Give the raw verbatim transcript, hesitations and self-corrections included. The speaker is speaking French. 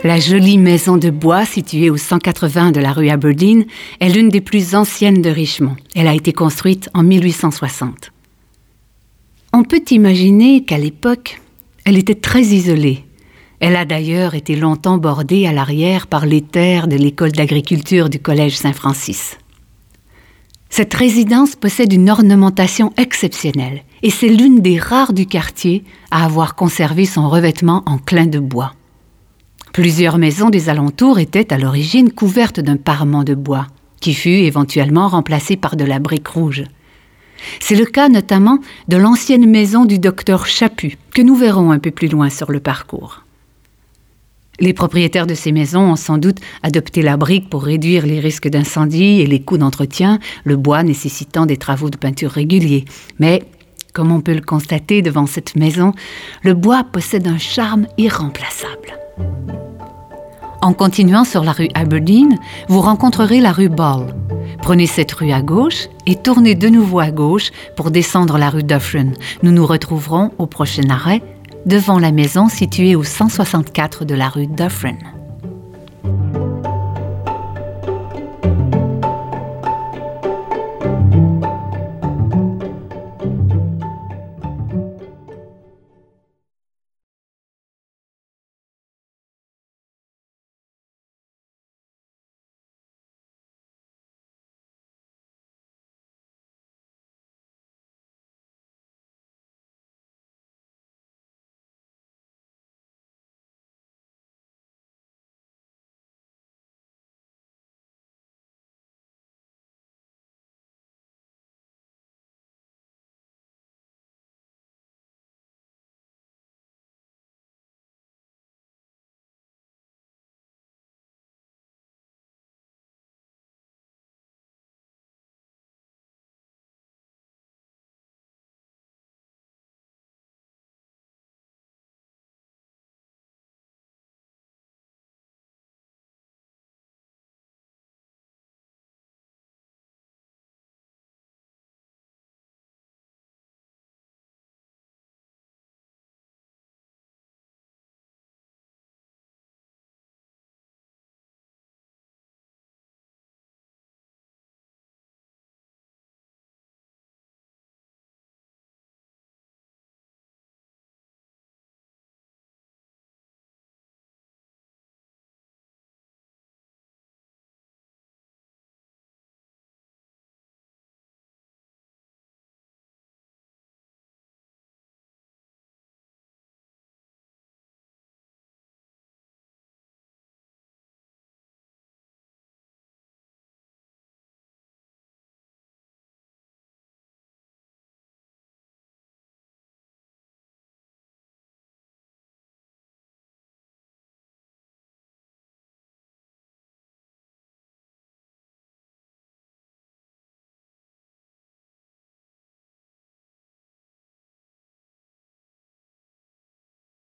La jolie maison de bois située au cent quatre-vingts de la rue Aberdeen est l'une des plus anciennes de Richmond. Elle a été construite en mille huit cent soixante. On peut imaginer qu'à l'époque, elle était très isolée. Elle a d'ailleurs été longtemps bordée à l'arrière par les terres de l'école d'agriculture du Collège Saint-Francis. Cette résidence possède une ornementation exceptionnelle et c'est l'une des rares du quartier à avoir conservé son revêtement en clin de bois. Plusieurs maisons des alentours étaient à l'origine couvertes d'un parement de bois, qui fut éventuellement remplacé par de la brique rouge. C'est le cas notamment de l'ancienne maison du docteur Chaput, que nous verrons un peu plus loin sur le parcours. Les propriétaires de ces maisons ont sans doute adopté la brique pour réduire les risques d'incendie et les coûts d'entretien, le bois nécessitant des travaux de peinture réguliers. Mais, comme on peut le constater devant cette maison, le bois possède un charme irremplaçable. En continuant sur la rue Aberdeen, vous rencontrerez la rue Ball. Prenez cette rue à gauche et tournez de nouveau à gauche pour descendre la rue Dufferin. Nous nous retrouverons au prochain arrêt devant la maison située au cent soixante-quatre de la rue Dufferin.